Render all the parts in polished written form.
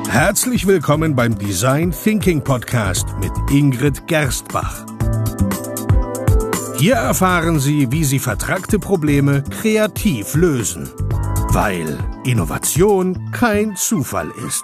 Herzlich willkommen beim Design Thinking Podcast mit Ingrid Gerstbach. Hier erfahren Sie, wie Sie vertrackte Probleme kreativ lösen, weil Innovation kein Zufall ist.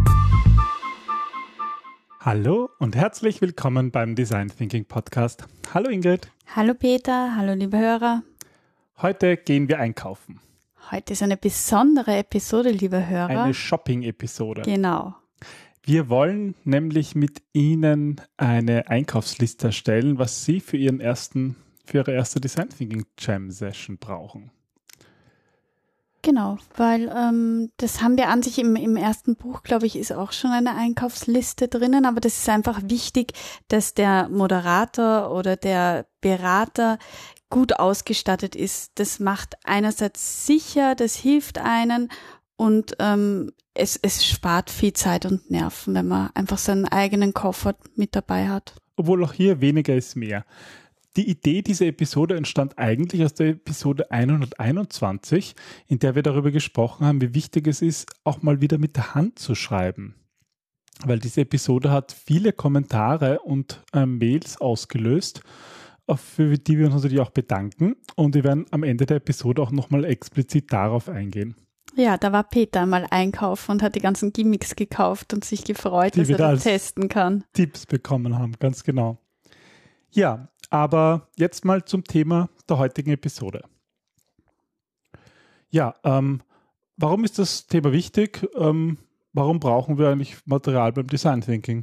Hallo und herzlich willkommen beim Design Thinking Podcast. Hallo Ingrid. Hallo Peter, hallo liebe Hörer. Heute gehen wir einkaufen. Heute ist eine besondere Episode, liebe Hörer. Eine Shopping-Episode. Genau. Wir wollen nämlich mit Ihnen eine Einkaufsliste erstellen, was Sie für Ihre erste Design Thinking Jam Session brauchen. Genau, weil das haben wir an sich im ersten Buch, glaube ich, ist auch schon eine Einkaufsliste drinnen, aber das ist einfach wichtig, dass der Moderator oder der Berater gut ausgestattet ist. Das macht einerseits sicher, das hilft einen und es spart viel Zeit und Nerven, wenn man einfach seinen eigenen Koffer mit dabei hat. Obwohl auch hier weniger ist mehr. Die Idee dieser Episode entstand eigentlich aus der Episode 121, in der wir darüber gesprochen haben, wie wichtig es ist, auch mal wieder mit der Hand zu schreiben. Weil diese Episode hat viele Kommentare und Mails ausgelöst, für die wir uns natürlich auch bedanken. Und wir werden am Ende der Episode auch nochmal explizit darauf eingehen. Ja, da war Peter mal einkaufen und hat die ganzen Gimmicks gekauft und sich gefreut, dass er das testen kann. Tipps bekommen haben, ganz genau. Ja, aber jetzt mal zum Thema der heutigen Episode. Ja, warum ist das Thema wichtig? Warum brauchen wir eigentlich Material beim Design Thinking?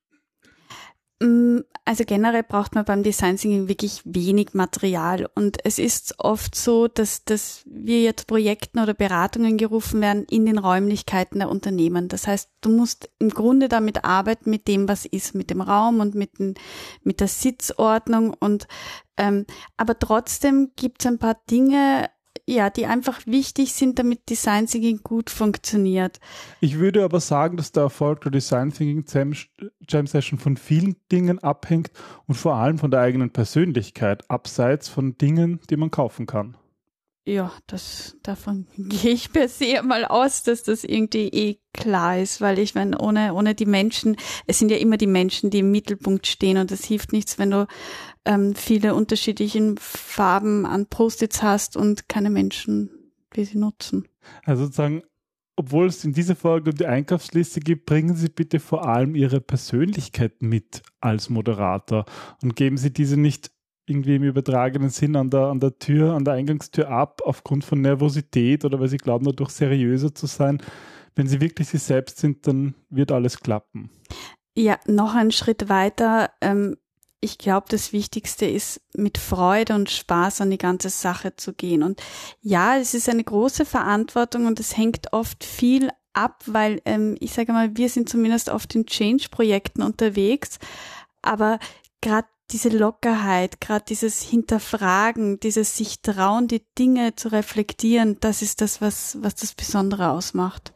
Also generell braucht man beim Design Thinking wirklich wenig Material und es ist oft so, dass wir jetzt Projekten oder Beratungen gerufen werden in den Räumlichkeiten der Unternehmen. Das heißt, du musst im Grunde damit arbeiten, mit dem, was ist, mit dem Raum und mit der Sitzordnung und aber trotzdem gibt es ein paar Dinge, ja, die einfach wichtig sind, damit Design Thinking gut funktioniert. Ich würde aber sagen, dass der Erfolg der Design Thinking Jam Session von vielen Dingen abhängt und vor allem von der eigenen Persönlichkeit, abseits von Dingen, die man kaufen kann. Ja, davon gehe ich per se mal aus, dass das irgendwie klar ist, weil ich meine, ohne die Menschen, es sind ja immer die Menschen, die im Mittelpunkt stehen und es hilft nichts, wenn du viele unterschiedliche Farben an Post-its hast und keine Menschen, die sie nutzen. Also sozusagen, obwohl es in dieser Folge um die Einkaufsliste geht, bringen Sie bitte vor allem Ihre Persönlichkeit mit als Moderator und geben Sie diese nicht irgendwie im übertragenen Sinn an der Eingangstür ab, aufgrund von Nervosität oder weil Sie glauben, dadurch seriöser zu sein. Wenn Sie wirklich Sie selbst sind, dann wird alles klappen. Ja, noch einen Schritt weiter. Ich glaube, das Wichtigste ist, mit Freude und Spaß an die ganze Sache zu gehen. Und ja, es ist eine große Verantwortung und es hängt oft viel ab, weil ich sage mal, wir sind zumindest oft in Change-Projekten unterwegs, aber gerade diese Lockerheit, gerade dieses Hinterfragen, dieses sich trauen, die Dinge zu reflektieren, das ist das, was das Besondere ausmacht.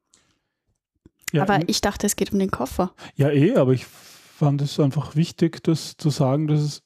Ja, aber ich dachte, es geht um den Koffer. Ja, aber ich fand es einfach wichtig, das zu sagen, dass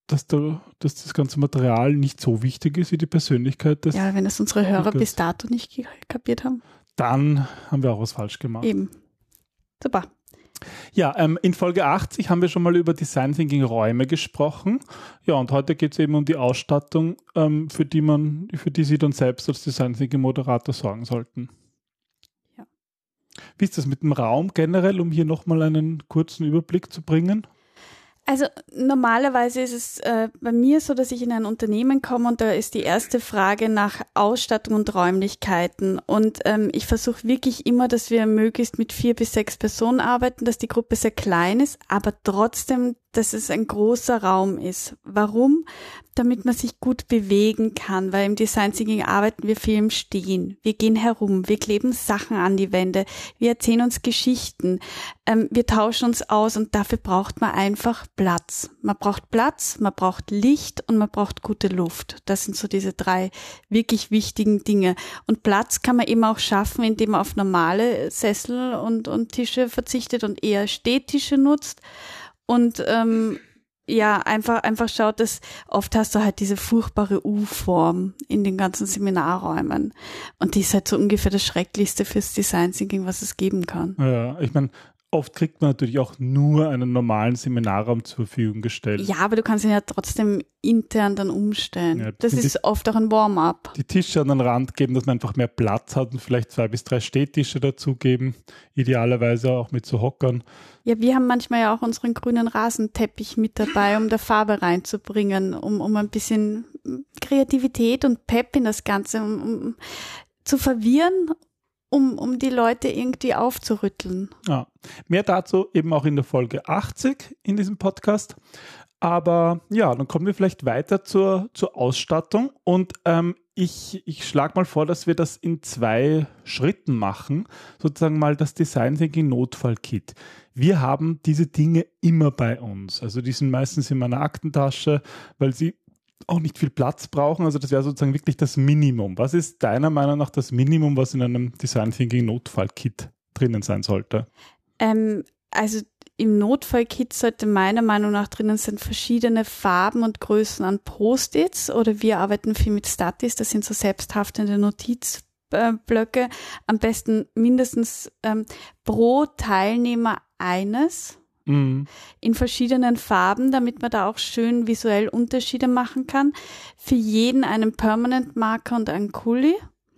das ganze Material nicht so wichtig ist wie die Persönlichkeit des. Ja, wenn das unsere Hörer bis dato nicht kapiert haben. Dann haben wir auch was falsch gemacht. Eben. Super. Ja, in Folge 80 haben wir schon mal über Design Thinking Räume gesprochen. Ja, und heute geht es eben um die Ausstattung, für die Sie dann selbst als Design Thinking Moderator sorgen sollten. Ja. Wie ist das mit dem Raum generell, um hier nochmal einen kurzen Überblick zu bringen? Also normalerweise ist es bei mir so, dass ich in ein Unternehmen komme und da ist die erste Frage nach Ausstattung und Räumlichkeiten und ich versuche wirklich immer, dass wir möglichst mit 4 bis 6 Personen arbeiten, dass die Gruppe sehr klein ist, aber trotzdem, dass es ein großer Raum ist. Warum? Damit man sich gut bewegen kann, weil im Design Thinking arbeiten wir viel im Stehen. Wir gehen herum, wir kleben Sachen an die Wände, wir erzählen uns Geschichten, wir tauschen uns aus und dafür braucht man einfach Platz. Man braucht Platz, man braucht Licht und man braucht gute Luft. Das sind so diese 3 wirklich wichtigen Dinge. Und Platz kann man eben auch schaffen, indem man auf normale Sessel und Tische verzichtet und eher Stehtische nutzt. Und einfach schaut, dass oft hast du halt diese furchtbare U-Form in den ganzen Seminarräumen. Und die ist halt so ungefähr das Schrecklichste fürs Design Thinking, was es geben kann. Ja, ich meine, oft kriegt man natürlich auch nur einen normalen Seminarraum zur Verfügung gestellt. Ja, aber du kannst ihn ja trotzdem intern dann umstellen. Ja, das ist oft auch ein Warm-up. Die Tische an den Rand geben, dass man einfach mehr Platz hat und vielleicht 2 bis 3 Stehtische dazugeben. Idealerweise auch mit so Hockern. Ja, wir haben manchmal ja auch unseren grünen Rasenteppich mit dabei, um da Farbe reinzubringen, um ein bisschen Kreativität und Pep in das Ganze um zu verwirren, um die Leute irgendwie aufzurütteln. Ja, mehr dazu eben auch in der Folge 80 in diesem Podcast. Aber ja, dann kommen wir vielleicht weiter zur Ausstattung. Und ich schlage mal vor, dass wir das in 2 Schritten machen. Sozusagen mal das Design Thinking Notfallkit. Wir haben diese Dinge immer bei uns. Also die sind meistens in meiner Aktentasche, weil sie auch nicht viel Platz brauchen. Also das wäre sozusagen wirklich das Minimum. Was ist deiner Meinung nach das Minimum, was in einem Design Thinking Notfallkit drinnen sein sollte? Also im Notfallkit sollte meiner Meinung nach drinnen sein verschiedene Farben und Größen an Post-its, oder wir arbeiten viel mit Statis, das sind so selbsthaftende Notizblöcke. Am besten mindestens pro Teilnehmer eines. In verschiedenen Farben, damit man da auch schön visuell Unterschiede machen kann. Für jeden einen Permanent Marker und einen Kuli.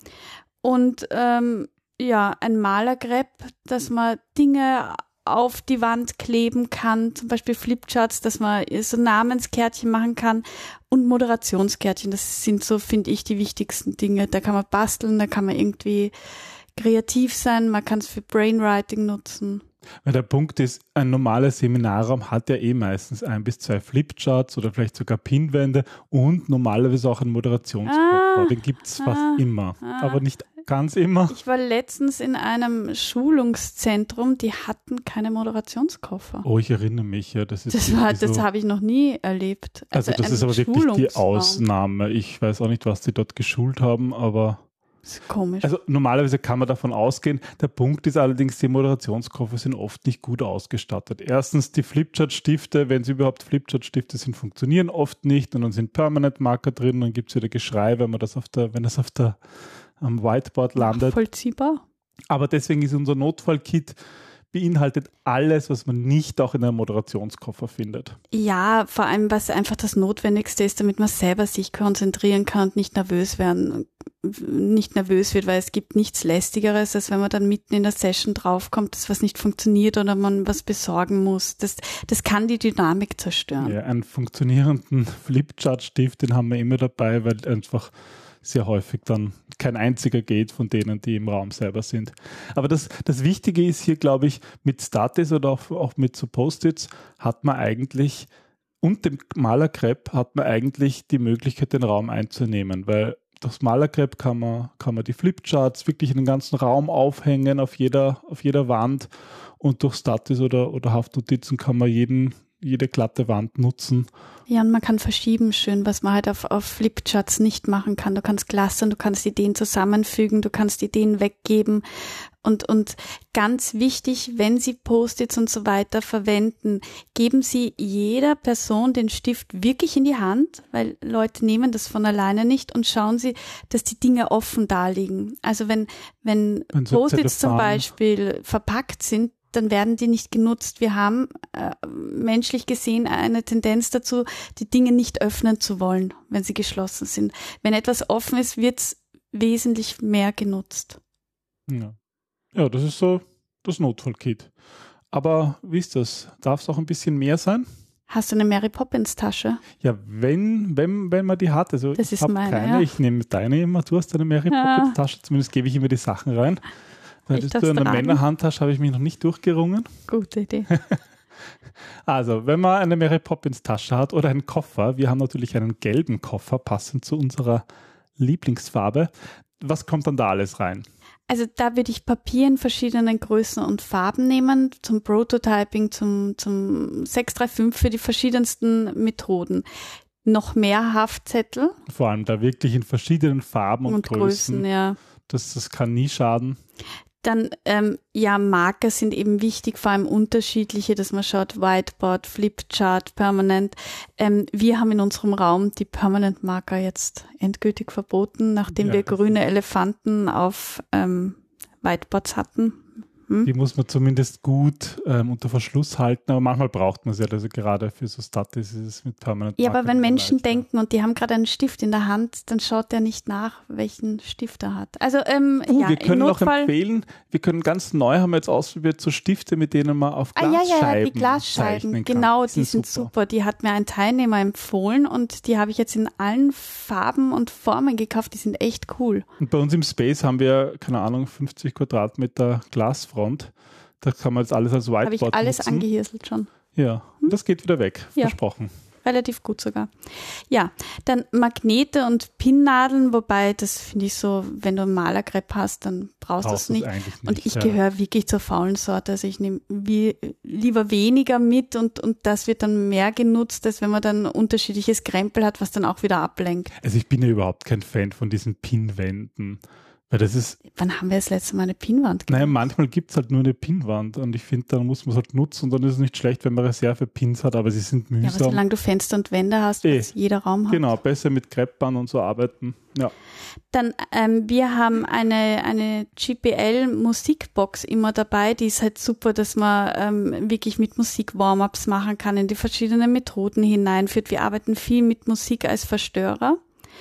Und ein Malergreb, dass man Dinge auf die Wand kleben kann, zum Beispiel Flipcharts, dass man so Namenskärtchen machen kann und Moderationskärtchen. Das sind so, finde ich, die wichtigsten Dinge. Da kann man basteln, da kann man irgendwie kreativ sein, man kann es für Brainwriting nutzen. Weil der Punkt ist, ein normales Seminarraum hat ja meistens 1 bis 2 Flipcharts oder vielleicht sogar Pinwände und normalerweise auch einen Moderationskoffer. Den gibt es fast immer, aber nicht ganz immer. Ich war letztens in einem Schulungszentrum, die hatten keine Moderationskoffer. Oh, ich erinnere mich, ja. Das habe ich noch nie erlebt. Also das ist aber wirklich die Ausnahme. Ich weiß auch nicht, was die dort geschult haben, aber das ist komisch. Also normalerweise kann man davon ausgehen. Der Punkt ist allerdings, die Moderationskoffer sind oft nicht gut ausgestattet. Erstens, die Flipchart-Stifte, wenn sie überhaupt Flipchart-Stifte sind, funktionieren oft nicht und dann sind Permanent-Marker drin, dann gibt es wieder Geschrei, wenn das am Whiteboard landet. Nachvollziehbar. Aber deswegen ist unser Notfallkit beinhaltet alles, was man nicht auch in einem Moderationskoffer findet. Ja, vor allem, was einfach das Notwendigste ist, damit man selber sich konzentrieren kann und nicht nervös wird, weil es gibt nichts Lästigeres, als wenn man dann mitten in der Session draufkommt, dass was nicht funktioniert oder man was besorgen muss. Das kann die Dynamik zerstören. Ja, einen funktionierenden Flipchart-Stift, den haben wir immer dabei, weil einfach sehr häufig dann kein einziger geht von denen, die im Raum selber sind. Aber das Wichtige ist hier, glaube ich, mit Statis oder auch mit so Post-its hat man eigentlich und dem Malerkrepp hat man eigentlich die Möglichkeit, den Raum einzunehmen, weil durchs Malerkrepp kann man die Flipcharts wirklich in den ganzen Raum aufhängen, auf jeder Wand, und durch Statis oder Haftnotizen kann man jede glatte Wand nutzen. Ja, und man kann verschieben schön, was man halt auf Flipcharts nicht machen kann. Du kannst clustern, du kannst Ideen zusammenfügen, du kannst Ideen weggeben. Und ganz wichtig, wenn Sie Post-its und so weiter verwenden, geben Sie jeder Person den Stift wirklich in die Hand, weil Leute nehmen das von alleine nicht, und schauen Sie, dass die Dinge offen da liegen. Also wenn Post-its zum Beispiel verpackt sind, dann werden die nicht genutzt. Wir haben menschlich gesehen eine Tendenz dazu, die Dinge nicht öffnen zu wollen, wenn sie geschlossen sind. Wenn etwas offen ist, wird es wesentlich mehr genutzt. Ja, das ist so das Notfallkit. Aber wie ist das? Darf es auch ein bisschen mehr sein? Hast du eine Mary Poppins Tasche? Ja, wenn man die hat. Also das ich habe keine, ja. Ich nehme deine immer. Du hast eine Mary Poppins Tasche, zumindest gebe ich immer die Sachen rein. Hättest du eine Männerhandtasche, habe ich mich noch nicht durchgerungen. Gute Idee. Also, wenn man eine Mary Poppins Tasche hat oder einen Koffer, wir haben natürlich einen gelben Koffer, passend zu unserer Lieblingsfarbe. Was kommt dann da alles rein? Also da würde ich Papier in verschiedenen Größen und Farben nehmen, zum Prototyping, zum 635 für die verschiedensten Methoden. Noch mehr Haftzettel. Vor allem da wirklich in verschiedenen Farben und Größen. Ja. Das kann nie schaden. Dann, Marker sind eben wichtig, vor allem unterschiedliche, dass man schaut, Whiteboard, Flipchart, Permanent. Wir haben in unserem Raum die Permanent-Marker jetzt endgültig verboten, nachdem wir grüne Elefanten auf Whiteboards hatten. Die muss man zumindest gut unter Verschluss halten, aber manchmal braucht man sie halt, also gerade für so Statis ist es mit Permanent. Ja, aber wenn Menschen denken und die haben gerade einen Stift in der Hand, dann schaut der nicht nach, welchen Stift er hat. Also wir können noch empfehlen, wir können ganz neu, haben wir jetzt ausprobiert, so Stifte, mit denen man auf Glasscheiben die Glasscheiben, genau, die sind super. Die hat mir ein Teilnehmer empfohlen und die habe ich jetzt in allen Farben und Formen gekauft, die sind echt cool. Und bei uns im Space haben wir, keine Ahnung, 50 Quadratmeter Glasfront. Da kann man jetzt alles als Whiteboard nutzen. Habe ich alles angehirselt schon. Ja, das geht wieder weg, versprochen. Relativ gut sogar. Ja, dann Magnete und Pinnnadeln, wobei das finde ich so, wenn du einen Malerkrepp hast, dann brauchst du es nicht. Und ich gehöre wirklich zur faulen Sorte, also ich nehme lieber weniger mit und das wird dann mehr genutzt, als wenn man dann unterschiedliches Krempel hat, was dann auch wieder ablenkt. Also ich bin ja überhaupt kein Fan von diesen Pinnwänden. Weil das ist, wann haben wir das letzte Mal eine Pinnwand gemacht? Naja, manchmal gibt es halt nur eine Pinnwand und ich finde, dann muss man es halt nutzen und dann ist es nicht schlecht, wenn man Reserve-Pins hat, aber sie sind mühsam. Ja, aber solange du Fenster und Wände hast, was jeder Raum hat. Genau, besser mit Kreppband und so arbeiten. Ja. Dann, wir haben eine GPL-Musikbox immer dabei, die ist halt super, dass man wirklich mit Musik Warm-ups machen kann, in die verschiedenen Methoden hineinführt. Wir arbeiten viel mit Musik als Verstörer.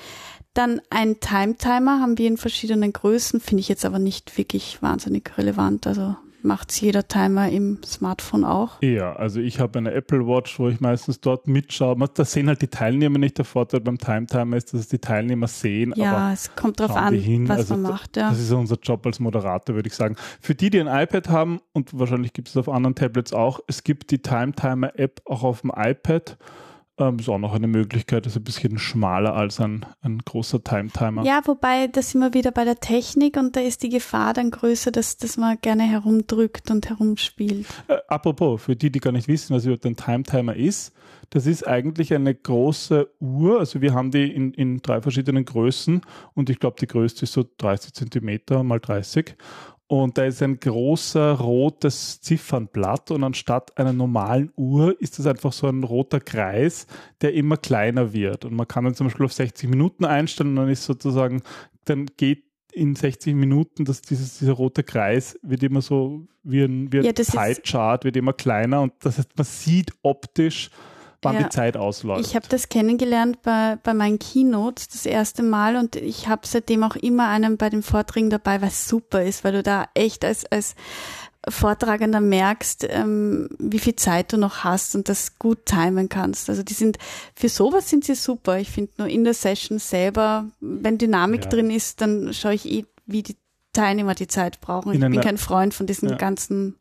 Dann ein Time-Timer haben wir in verschiedenen Größen, finde ich jetzt aber nicht wirklich wahnsinnig relevant. Also macht's jeder Timer im Smartphone auch. Ja, also ich habe eine Apple Watch, wo ich meistens dort mitschaue. Da sehen halt die Teilnehmer nicht. Der Vorteil beim Time-Timer ist, dass es die Teilnehmer sehen. Ja, aber es kommt drauf an, was man macht. Ja. Das ist unser Job als Moderator, würde ich sagen. Für die ein iPad haben, und wahrscheinlich gibt es auf anderen Tablets auch, es gibt die Time-Timer-App auch auf dem iPad. Ist auch noch eine Möglichkeit, ist ein bisschen schmaler als ein großer Time-Timer. Ja, wobei, da sind wir wieder bei der Technik und da ist die Gefahr dann größer, dass man gerne herumdrückt und herumspielt. Apropos, für die gar nicht wissen, was überhaupt ein Time-Timer ist, das ist eigentlich eine große Uhr, also wir haben die in 3 verschiedenen Größen und ich glaube, die größte ist so 30 Zentimeter mal 30. Und da ist ein großer rotes Ziffernblatt und anstatt einer normalen Uhr ist das einfach so ein roter Kreis, der immer kleiner wird. Und man kann dann zum Beispiel auf 60 Minuten einstellen und dann ist sozusagen, dann geht in 60 Minuten, dass dieser rote Kreis wird immer so wie ein Pie-Chart, wird immer kleiner und das heißt, man sieht optisch, wann die Zeit ausläuft. Ich habe das kennengelernt bei meinen Keynotes das erste Mal und ich habe seitdem auch immer einen bei den Vorträgen dabei, was super ist, weil du da echt als Vortragender merkst, wie viel Zeit du noch hast und das gut timen kannst. Also für sowas sind sie super. Ich finde nur in der Session selber, wenn Dynamik drin ist, dann schaue ich wie die Teilnehmer die Zeit brauchen. Ich bin kein Freund von diesen ganzen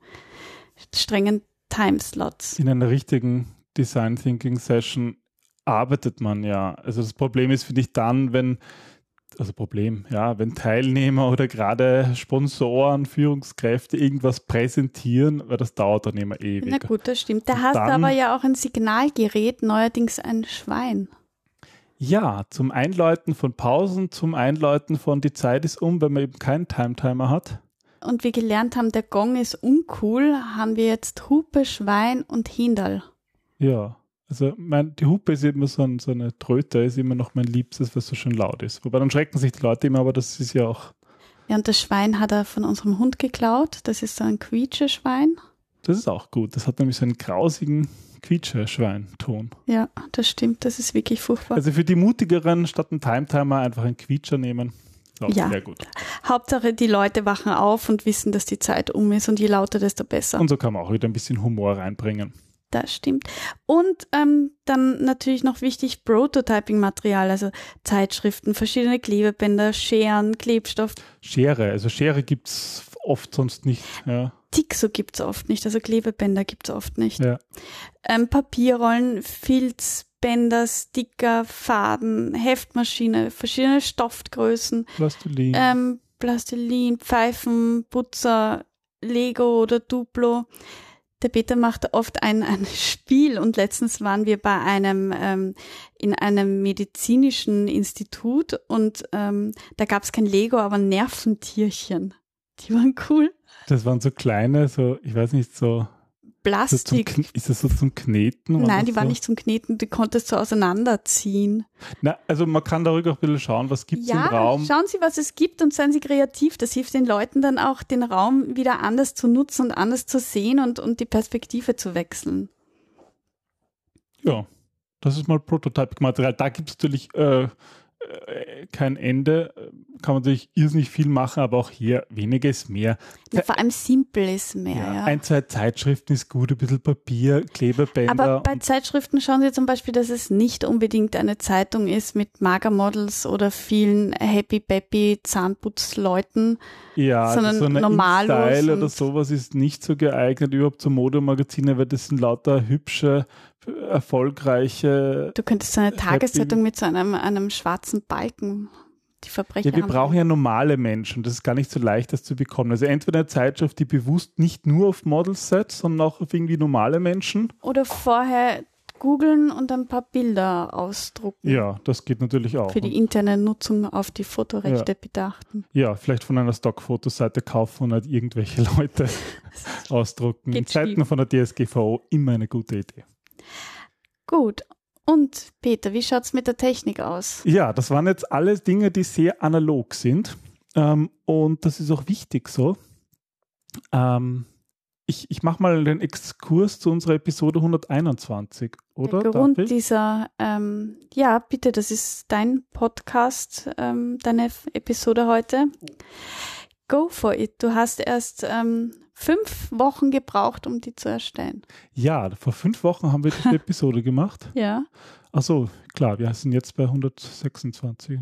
strengen Timeslots. In einer richtigen Design Thinking Session arbeitet man ja. Also das Problem ist, finde ich, dann, wenn Teilnehmer oder gerade Sponsoren, Führungskräfte irgendwas präsentieren, weil das dauert dann immer ewig. Na gut, das stimmt. Da hast du aber ja auch ein Signalgerät, neuerdings ein Schwein. Ja, zum Einläuten von Pausen, zum Einläuten von die Zeit ist um, wenn man eben keinen Time-Timer hat. Und wir gelernt haben, der Gong ist uncool, haben wir jetzt Hupe, Schwein und Hindal. Ja, also die Hupe ist immer so eine Tröte, ist immer noch mein Liebstes, was so schön laut ist. Wobei dann schrecken sich die Leute immer, aber das ist ja auch... Ja, und das Schwein hat er von unserem Hund geklaut. Das ist so ein Quietsche-Schwein. Das ist auch gut. Das hat nämlich so einen grausigen Quietsche-Schwein-Ton. Ja, das stimmt. Das ist wirklich furchtbar. Also für die Mutigeren statt einen Time-Timer einfach einen Quietscher nehmen. Auch sehr gut. Hauptsache die Leute wachen auf und wissen, dass die Zeit um ist und je lauter, desto besser. Und so kann man auch wieder ein bisschen Humor reinbringen. Das stimmt. Und dann natürlich noch wichtig Prototyping-Material, also Zeitschriften, verschiedene Klebebänder, Scheren, Klebstoff. Schere gibt es oft sonst nicht. Ja. Tixo gibt es oft nicht, also Klebebänder gibt es oft nicht. Ja. Papierrollen, Filzbänder, Sticker, Faden, Heftmaschine, verschiedene Stoffgrößen. Plastilin, Pfeifen, Putzer, Lego oder Duplo. Der Peter macht oft ein Spiel und letztens waren wir bei in einem medizinischen Institut und da gab es kein Lego, aber Nerventierchen. Die waren cool. Das waren so kleine, so, ich weiß nicht, so Plastik. Ist das so zum Kneten? Nein, die waren nicht zum Kneten, die konntest du auseinanderziehen. Na, also man kann darüber auch ein bisschen schauen, was gibt es im Raum. Schauen Sie, was es gibt und seien Sie kreativ. Das hilft den Leuten dann auch, den Raum wieder anders zu nutzen und anders zu sehen und die Perspektive zu wechseln. Ja, das ist mal Prototyping-Material. Da gibt es natürlich kein Ende, kann man natürlich irrsinnig viel machen, aber auch hier weniger ist mehr. Ja, vor allem simpel ist mehr. Ja. 1, 2 Zeitschriften ist gut, ein bisschen Papier, Klebebänder. Aber bei Zeitschriften schauen Sie zum Beispiel, dass es nicht unbedingt eine Zeitung ist mit Magermodels oder vielen happy-peppy Zahnputzleuten, sondern so eine normallos. InStyle oder sowas ist nicht so geeignet, überhaupt so Modemagazine, weil das sind lauter hübsche, erfolgreiche. Du könntest so eine Tageszeitung mit so einem schwarzen Balken, die Verbrecher. Ja, wir brauchen ja normale Menschen. Das ist gar nicht so leicht, das zu bekommen. Also entweder eine Zeitschrift, die bewusst nicht nur auf Models setzt, sondern auch auf irgendwie normale Menschen. Oder vorher googeln und ein paar Bilder ausdrucken. Ja, das geht natürlich auch. Für die interne Nutzung auf die Fotorechte bedachten. Ja, vielleicht von einer Stockfotoseite kaufen und halt irgendwelche Leute ausdrucken. In Zeiten von der DSGVO immer eine gute Idee. Gut. Und Peter, wie schaut es mit der Technik aus? Ja, das waren jetzt alles Dinge, die sehr analog sind. Und das ist auch wichtig so. Ich mache mal den Exkurs zu unserer Episode 121, oder? Der Grund dieser, ja, bitte, das ist dein Podcast, deine Episode heute. Go for it. Du hast erst 5 Wochen gebraucht, um die zu erstellen. Ja, vor 5 Wochen haben wir diese Episode gemacht. Ja. Achso, klar, wir sind jetzt bei 126.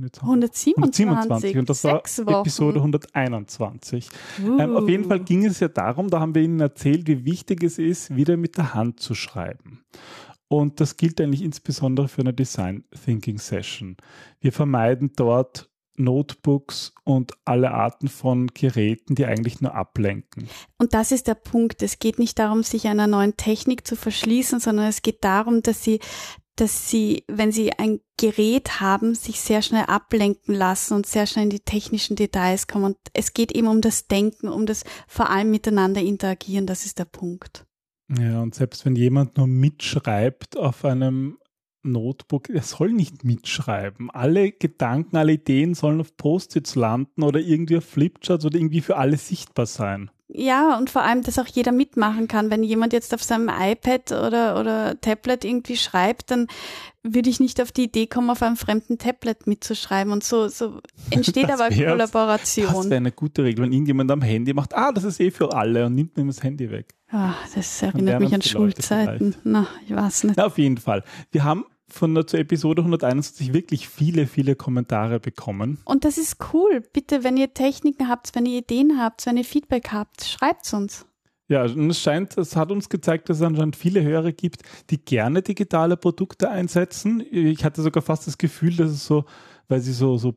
127 und das war Episode 121. Auf jeden Fall ging es ja darum, da haben wir Ihnen erzählt, wie wichtig es ist, wieder mit der Hand zu schreiben. Und das gilt eigentlich insbesondere für eine Design Thinking Session. Wir vermeiden dort Notebooks und alle Arten von Geräten, die eigentlich nur ablenken. Und das ist der Punkt. Es geht nicht darum, sich einer neuen Technik zu verschließen, sondern es geht darum, dass Sie, wenn Sie ein Gerät haben, sich sehr schnell ablenken lassen und sehr schnell in die technischen Details kommen. Und es geht eben um das Denken, um das vor allem miteinander interagieren. Das ist der Punkt. Ja, und selbst wenn jemand nur mitschreibt auf einem Notebook, er soll nicht mitschreiben. Alle Gedanken, alle Ideen sollen auf Post-its landen oder irgendwie auf Flipcharts oder irgendwie für alle sichtbar sein. Ja, und vor allem, dass auch jeder mitmachen kann. Wenn jemand jetzt auf seinem iPad oder Tablet irgendwie schreibt, dann würde ich nicht auf die Idee kommen, auf einem fremden Tablet mitzuschreiben. Und so entsteht aber Kollaboration. Das wäre eine gute Regel, wenn irgendjemand am Handy macht, das ist für alle und nimmt ihm das Handy weg. Das erinnert mich an Schulzeiten. Na, ich weiß nicht. Na, auf jeden Fall. Wir haben zur Episode 121 wirklich viele, viele Kommentare bekommen. Und das ist cool. Bitte, wenn ihr Techniken habt, wenn ihr Ideen habt, wenn ihr Feedback habt, schreibt's uns. Ja, und es hat uns gezeigt, dass es anscheinend viele Hörer gibt, die gerne digitale Produkte einsetzen. Ich hatte sogar fast das Gefühl, dass es so, weil sie so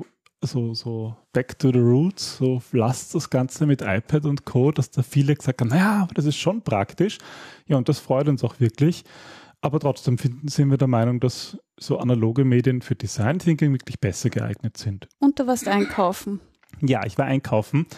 back to the roots, so lasst das Ganze mit iPad und Co., dass da viele gesagt haben, naja, aber das ist schon praktisch. Ja, und das freut uns auch wirklich. Aber trotzdem sind wir der Meinung, dass so analoge Medien für Design Thinking wirklich besser geeignet sind. Und du warst einkaufen. Ja, ich war einkaufen,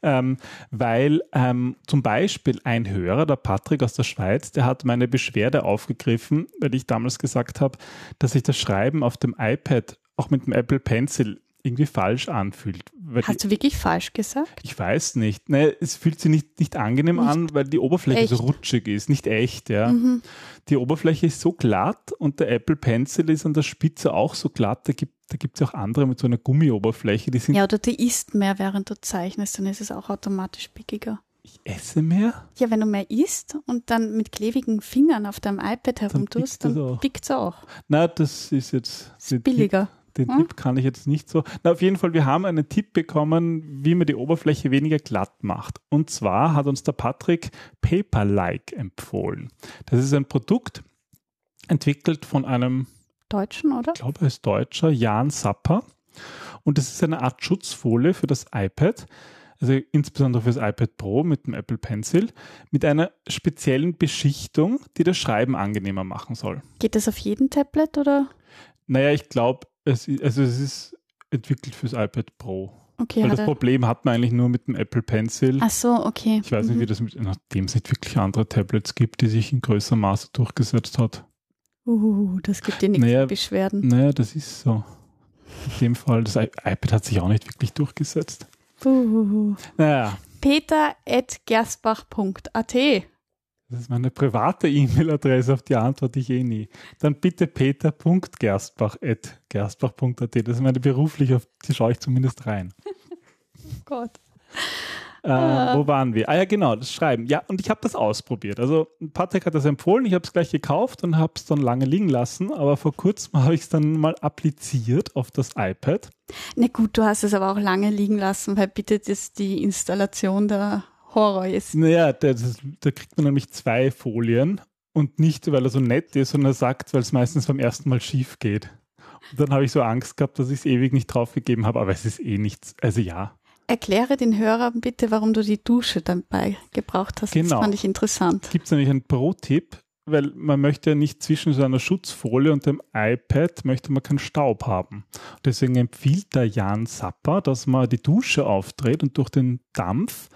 weil zum Beispiel ein Hörer, der Patrick aus der Schweiz, der hat meine Beschwerde aufgegriffen, weil ich damals gesagt habe, dass sich das Schreiben auf dem iPad auch mit dem Apple Pencil irgendwie falsch anfühlt. Hast du wirklich falsch gesagt? Ich weiß nicht. Ne, es fühlt sich nicht angenehm an, weil die Oberfläche so rutschig ist. Nicht echt, ja. Mhm. Die Oberfläche ist so glatt und der Apple Pencil ist an der Spitze auch so glatt. Da gibt es auch andere mit so einer Gummioberfläche. Die sind oder du isst mehr, während du zeichnest, dann ist es auch automatisch pickiger. Ich esse mehr? Ja, wenn du mehr isst und dann mit klebrigen Fingern auf deinem iPad herumtust, dann pickt es auch. Na, das ist jetzt billiger. Den Tipp kann ich jetzt nicht so. Na, auf jeden Fall, wir haben einen Tipp bekommen, wie man die Oberfläche weniger glatt macht. Und zwar hat uns der Patrick Paperlike empfohlen. Das ist ein Produkt, entwickelt von einem Deutschen, oder? Ich glaube, er ist Deutscher, Jan Sapper. Und das ist eine Art Schutzfolie für das iPad, also insbesondere für das iPad Pro mit dem Apple Pencil, mit einer speziellen Beschichtung, die das Schreiben angenehmer machen soll. Geht das auf jedem Tablet, oder? Naja, ich glaube, es ist entwickelt fürs iPad Pro. Okay, Weil das Problem hat man eigentlich nur mit dem Apple Pencil. Ach so, okay. Ich weiß nicht, wie das nachdem es nicht wirklich andere Tablets gibt, die sich in größerem Maße durchgesetzt hat. Das gibt dir nichts Beschwerden. Naja, das ist so. In dem Fall, das iPad hat sich auch nicht wirklich durchgesetzt. Naja. peter@gerstbach.at. Das ist meine private E-Mail-Adresse, auf die antworte ich nie. Dann bitte peter.gerstbach@gerstbach.at. Das ist meine berufliche, auf die schaue ich zumindest rein. Oh Gott. Wo waren wir? Ja genau, das Schreiben. Ja, und ich habe das ausprobiert. Also Patrick hat das empfohlen, ich habe es gleich gekauft und habe es dann lange liegen lassen, aber vor kurzem habe ich es dann mal appliziert auf das iPad. Na gut, du hast es aber auch lange liegen lassen, weil bitte das die Installation der Horror ist. Naja, da kriegt man nämlich 2 Folien und nicht, weil er so nett ist, sondern er sagt, weil es meistens beim ersten Mal schief geht. Und dann habe ich so Angst gehabt, dass ich es ewig nicht draufgegeben habe, aber es ist eh nichts, also ja. Erkläre den Hörern bitte, warum du die Dusche dabei gebraucht hast. Genau. Das fand ich interessant. Gibt es nämlich einen Pro-Tipp, weil man möchte ja nicht zwischen so einer Schutzfolie und dem iPad möchte man keinen Staub haben. Deswegen empfiehlt der Jan Sapper, dass man die Dusche aufdreht und durch den Dampf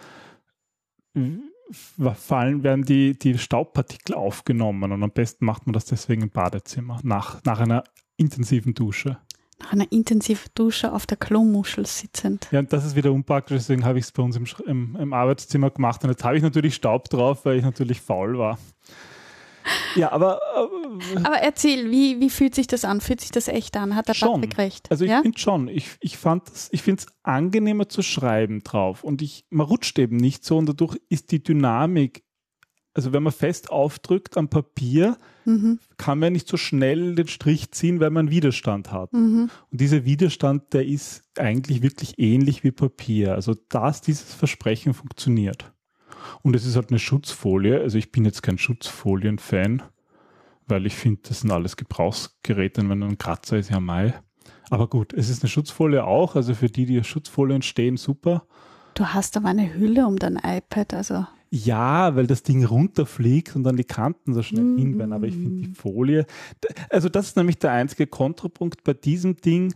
werden die Staubpartikel aufgenommen und am besten macht man das deswegen im Badezimmer nach einer intensiven Dusche. Nach einer intensiven Dusche auf der Klomuschel sitzend. Ja, und das ist wieder unpraktisch, deswegen habe ich es bei uns im Arbeitszimmer gemacht und jetzt habe ich natürlich Staub drauf, weil ich natürlich faul war. Ja, aber erzähl, wie fühlt sich das an? Fühlt sich das echt an? Hat der Patrick recht? Also ich finde schon. Ich finde es angenehmer zu schreiben drauf und man rutscht eben nicht so und dadurch ist die Dynamik, also wenn man fest aufdrückt am Papier, kann man nicht so schnell den Strich ziehen, weil man Widerstand hat. Und dieser Widerstand, der ist eigentlich wirklich ähnlich wie Papier. Also dieses Versprechen funktioniert. Und es ist halt eine Schutzfolie. Also ich bin jetzt kein Schutzfolien-Fan, weil ich finde, das sind alles Gebrauchsgeräte und wenn ein Kratzer ist, ja mei. Aber gut, es ist eine Schutzfolie auch. Also für die Schutzfolien stehen, super. Du hast aber eine Hülle um dein iPad, also... Ja, weil das Ding runterfliegt und dann die Kanten so schnell hin werden. Aber ich finde die Folie, also das ist nämlich der einzige Kontrapunkt bei diesem Ding.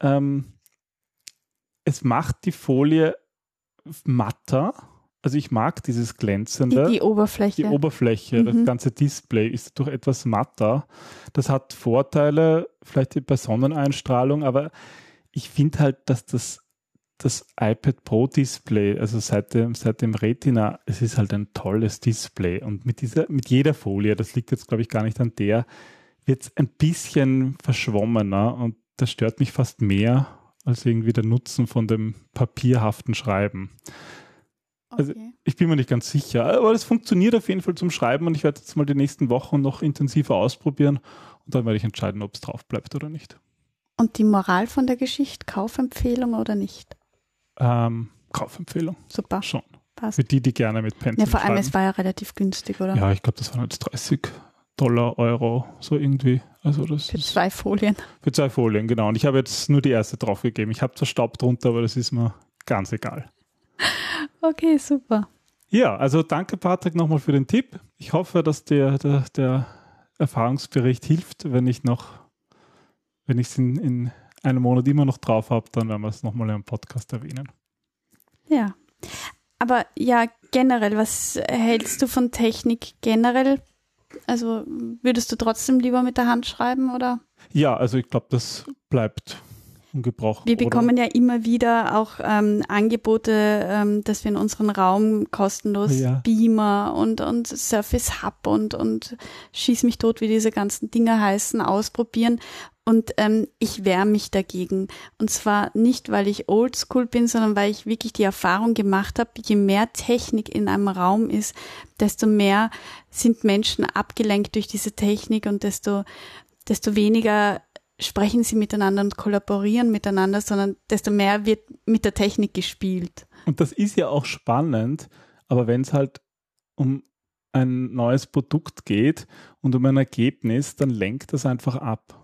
Es macht die Folie matter. Also ich mag dieses Glänzende. Die Oberfläche. Die Oberfläche, das ganze Display ist durch etwas matter. Das hat Vorteile, vielleicht bei Sonneneinstrahlung, aber ich finde halt, dass das iPad Pro Display, also seit dem Retina, es ist halt ein tolles Display und mit jeder Folie, das liegt jetzt glaube ich gar nicht an der, wird es ein bisschen verschwommener und das stört mich fast mehr als irgendwie der Nutzen von dem papierhaften Schreiben. Also ich bin mir nicht ganz sicher, aber es funktioniert auf jeden Fall zum Schreiben und ich werde jetzt mal die nächsten Wochen noch intensiver ausprobieren und dann werde ich entscheiden, ob es drauf bleibt oder nicht. Und die Moral von der Geschichte, Kaufempfehlung oder nicht? Kaufempfehlung. Super. Schon. Passt. Für die gerne mit Pencil vor allem, schreiben. es war ja relativ günstig, oder? Ja, ich glaube, das waren jetzt $30, Euro, so irgendwie. Also das für 2 Folien. Für 2 Folien, genau. Und ich habe jetzt nur die erste draufgegeben. Ich habe zwar Staub drunter, aber das ist mir ganz egal. Okay, super. Ja, also danke Patrick nochmal für den Tipp. Ich hoffe, dass der Erfahrungsbericht hilft. Wenn ich es in einem Monat immer noch drauf habe, dann werden wir es nochmal im Podcast erwähnen. Ja, aber ja, generell, was hältst du von Technik generell? Also würdest du trotzdem lieber mit der Hand schreiben, oder? Ja, also ich glaube, das bleibt ungebraucht. Wir bekommen ja immer wieder auch Angebote, dass wir in unseren Raum kostenlos Beamer und Surface Hub und schieß mich tot, wie diese ganzen Dinge heißen, ausprobieren. Und ich wehre mich dagegen. Und zwar nicht, weil ich oldschool bin, sondern weil ich wirklich die Erfahrung gemacht habe, je mehr Technik in einem Raum ist, desto mehr sind Menschen abgelenkt durch diese Technik und desto weniger sprechen sie miteinander und kollaborieren miteinander, sondern desto mehr wird mit der Technik gespielt. Und das ist ja auch spannend, aber wenn es halt um ein neues Produkt geht und um ein Ergebnis, dann lenkt das einfach ab.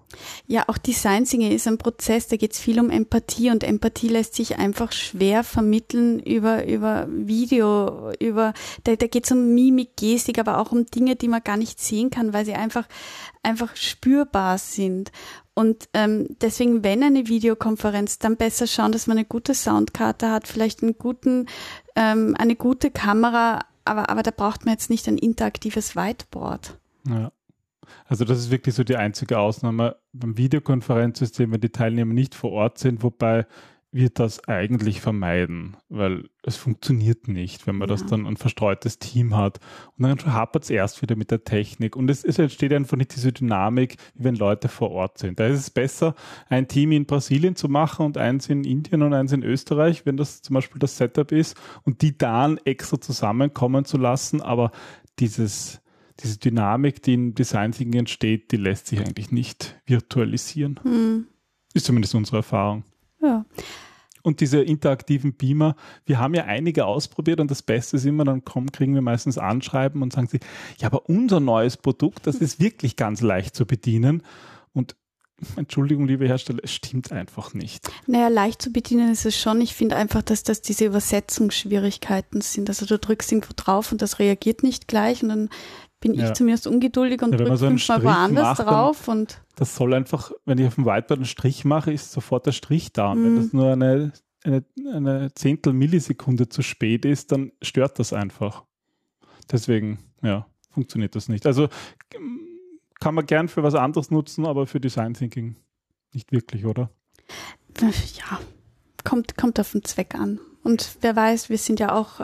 Ja, auch Design Thinking ist ein Prozess, da geht es viel um Empathie und Empathie lässt sich einfach schwer vermitteln über Video, da geht es um Mimik, Gestik, aber auch um Dinge, die man gar nicht sehen kann, weil sie einfach spürbar sind. Und deswegen, wenn eine Videokonferenz, dann besser schauen, dass man eine gute Soundkarte hat, vielleicht eine gute Kamera, aber da braucht man jetzt nicht ein interaktives Whiteboard. Ja. Also das ist wirklich so die einzige Ausnahme beim Videokonferenzsystem, wenn die Teilnehmer nicht vor Ort sind, wobei wir das eigentlich vermeiden, weil es funktioniert nicht, wenn man das dann ein verstreutes Team hat. Und dann hapert es erst wieder mit der Technik und es entsteht einfach nicht diese Dynamik, wie wenn Leute vor Ort sind. Da ist es besser, ein Team in Brasilien zu machen und eins in Indien und eins in Österreich, wenn das zum Beispiel das Setup ist und die dann extra zusammenkommen zu lassen, aber diese Dynamik, die im Design Thinking entsteht, die lässt sich eigentlich nicht virtualisieren. Ist zumindest unsere Erfahrung. Ja. Und diese interaktiven Beamer, wir haben ja einige ausprobiert und das Beste ist immer, dann kriegen wir meistens Anschreiben und sagen sie, ja, aber unser neues Produkt, das ist wirklich ganz leicht zu bedienen. Und Entschuldigung, liebe Hersteller, es stimmt einfach nicht. Naja, leicht zu bedienen ist es schon. Ich finde einfach, dass das diese Übersetzungsschwierigkeiten sind. Also du drückst irgendwo drauf und das reagiert nicht gleich und dann bin ich zumindest ungeduldig und drücke 5-mal woanders drauf. Und das soll einfach, wenn ich auf dem Whiteboard einen Strich mache, ist sofort der Strich da. Und wenn das nur eine Zehntel Millisekunde zu spät ist, dann stört das einfach. Deswegen, funktioniert das nicht. Also kann man gern für was anderes nutzen, aber für Design Thinking nicht wirklich, oder? Ja, kommt auf den Zweck an. Und wer weiß, wir sind ja auch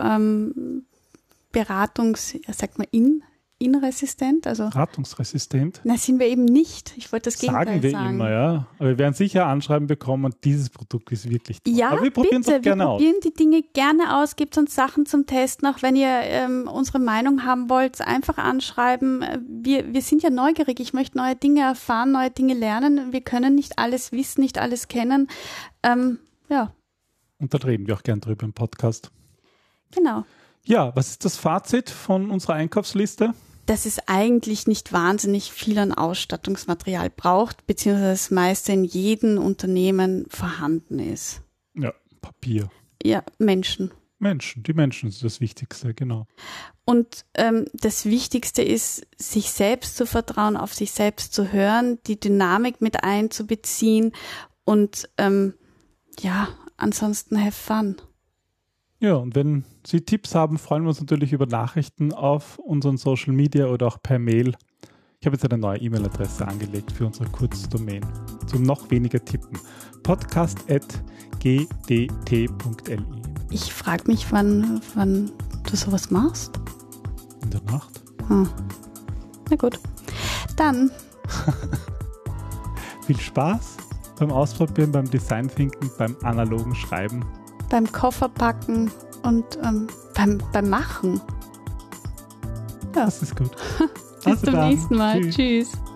inresistent, also Beratungsresistent? Na, sind wir eben nicht. Ich wollte das Gegenteil sagen. Sagen wir immer, ja. Aber wir werden sicher Anschreiben bekommen und dieses Produkt ist wirklich toll. Ja, aber wir probieren es auch gerne aus. Wir probieren die Dinge gerne aus. Gibt uns Sachen zum Testen. Auch wenn ihr unsere Meinung haben wollt, einfach anschreiben. Wir sind ja neugierig. Ich möchte neue Dinge erfahren, neue Dinge lernen. Wir können nicht alles wissen, nicht alles kennen. Und da reden wir auch gern drüber im Podcast. Genau. Ja, was ist das Fazit von unserer Einkaufsliste? Dass es eigentlich nicht wahnsinnig viel an Ausstattungsmaterial braucht, beziehungsweise das meiste in jedem Unternehmen vorhanden ist. Ja, Papier. Ja, Menschen. Die Menschen sind das Wichtigste, genau. Und das Wichtigste ist, sich selbst zu vertrauen, auf sich selbst zu hören, die Dynamik mit einzubeziehen und ansonsten have fun. Ja, und wenn Sie Tipps haben, freuen wir uns natürlich über Nachrichten auf unseren Social Media oder auch per Mail. Ich habe jetzt eine neue E-Mail-Adresse angelegt für unsere Kurzdomain. Zum noch weniger tippen. podcast@gdt.li. Ich frage mich, wann du sowas machst. In der Nacht. Na gut. Dann. Viel Spaß beim Ausprobieren, beim Design Thinking, beim analogen Schreiben. Beim Kofferpacken und beim Machen. Ja. Das ist gut. Bis zum nächsten Mal. Tschüss.